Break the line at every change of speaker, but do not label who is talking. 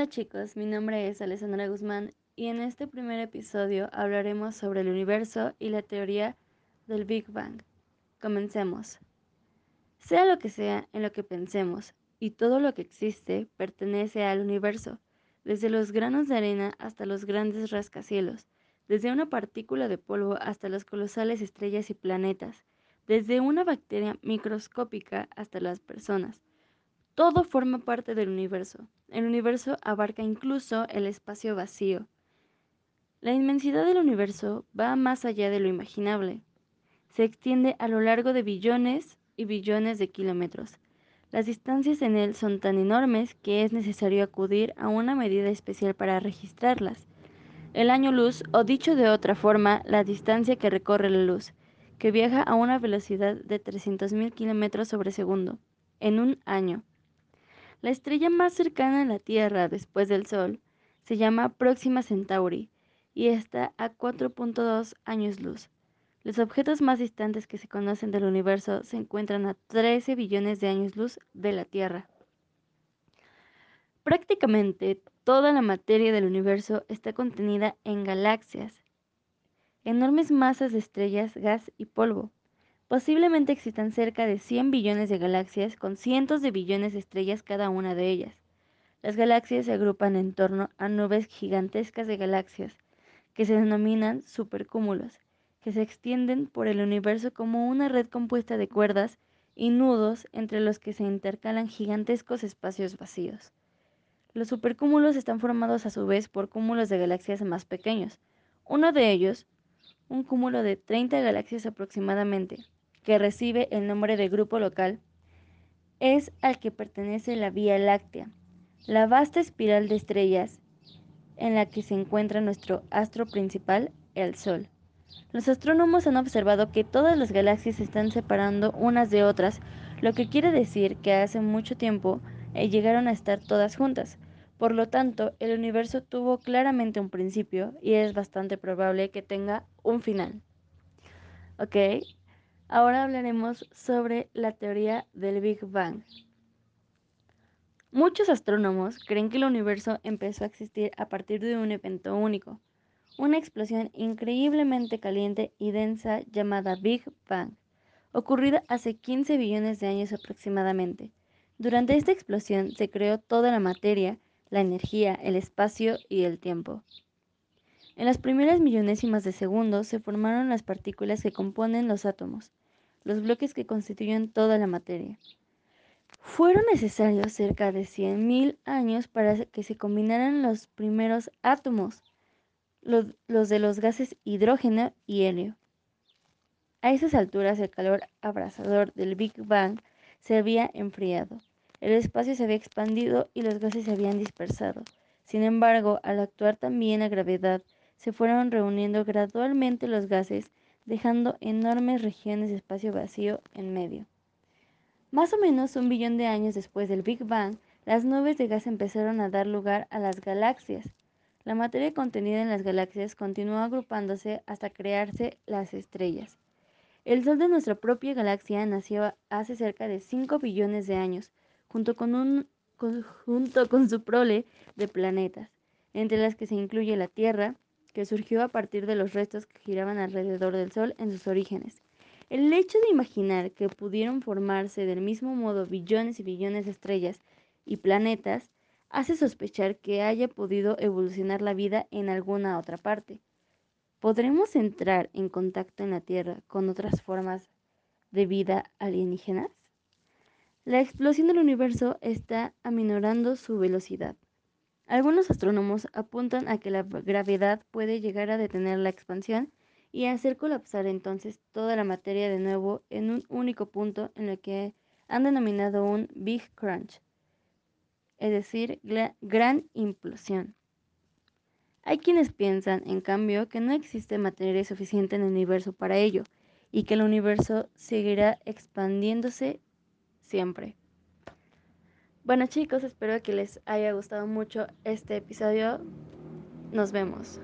Hola chicos, mi nombre es Alessandra Guzmán y en este primer episodio hablaremos sobre el universo y la teoría del Big Bang. Comencemos. Sea lo que sea en lo que pensemos, y todo lo que existe pertenece al universo, desde los granos de arena hasta los grandes rascacielos, desde una partícula de polvo hasta las colosales estrellas y planetas, desde una bacteria microscópica hasta las personas. Todo forma parte del universo. El universo abarca incluso el espacio vacío. La inmensidad del universo va más allá de lo imaginable. Se extiende a lo largo de billones y billones de kilómetros. Las distancias en él son tan enormes que es necesario acudir a una medida especial para registrarlas. El año luz, o dicho de otra forma, la distancia que recorre la luz, que viaja a una velocidad de 300.000 kilómetros sobre segundo, en un año. La estrella más cercana a la Tierra después del Sol se llama Próxima Centauri y está a 4.2 años luz. Los objetos más distantes que se conocen del universo se encuentran a 13 billones de años luz de la Tierra. Prácticamente toda la materia del universo está contenida en galaxias, enormes masas de estrellas, gas y polvo. Posiblemente existan cerca de 100 billones de galaxias con cientos de billones de estrellas cada una de ellas. Las galaxias se agrupan en torno a nubes gigantescas de galaxias, que se denominan supercúmulos, que se extienden por el universo como una red compuesta de cuerdas y nudos entre los que se intercalan gigantescos espacios vacíos. Los supercúmulos están formados a su vez por cúmulos de galaxias más pequeños. Uno de ellos, un cúmulo de 30 galaxias aproximadamente, que recibe el nombre de grupo local, es al que pertenece la Vía Láctea, la vasta espiral de estrellas en la que se encuentra nuestro astro principal, el Sol. Los astrónomos han observado que todas las galaxias se están separando unas de otras, lo que quiere decir que hace mucho tiempo llegaron a estar todas juntas. Por lo tanto, el universo tuvo claramente un principio y es bastante probable que tenga un final. ¿Ok? Ahora hablaremos sobre la teoría del Big Bang. Muchos astrónomos creen que el universo empezó a existir a partir de un evento único, una explosión increíblemente caliente y densa llamada Big Bang, ocurrida hace 15 billones de años aproximadamente. Durante esta explosión se creó toda la materia, la energía, el espacio y el tiempo. En las primeras millonésimas de segundo se formaron las partículas que componen los átomos, los bloques que constituyen toda la materia. Fueron necesarios cerca de 100.000 años para que se combinaran los primeros átomos, los de los gases hidrógeno y helio. A esas alturas el calor abrasador del Big Bang se había enfriado, el espacio se había expandido y los gases se habían dispersado. Sin embargo, al actuar también la gravedad, se fueron reuniendo gradualmente los gases, dejando enormes regiones de espacio vacío en medio. Más o menos 1 billón de años después del Big Bang, las nubes de gas empezaron a dar lugar a las galaxias. La materia contenida en las galaxias continuó agrupándose hasta crearse las estrellas. El Sol de nuestra propia galaxia nació hace cerca de 5 billones de años, junto con su prole de planetas, entre las que se incluye la Tierra, que surgió a partir de los restos que giraban alrededor del Sol en sus orígenes. El hecho de imaginar que pudieron formarse del mismo modo billones y billones de estrellas y planetas hace sospechar que haya podido evolucionar la vida en alguna otra parte. ¿Podremos entrar en contacto en la Tierra con otras formas de vida alienígenas? La explosión del universo está aminorando su velocidad. Algunos astrónomos apuntan a que la gravedad puede llegar a detener la expansión y hacer colapsar entonces toda la materia de nuevo en un único punto en lo que han denominado un Big Crunch, es decir, gran implosión. Hay quienes piensan, en cambio, que no existe materia suficiente en el universo para ello y que el universo seguirá expandiéndose siempre. Bueno chicos, espero que les haya gustado mucho este episodio. Nos vemos.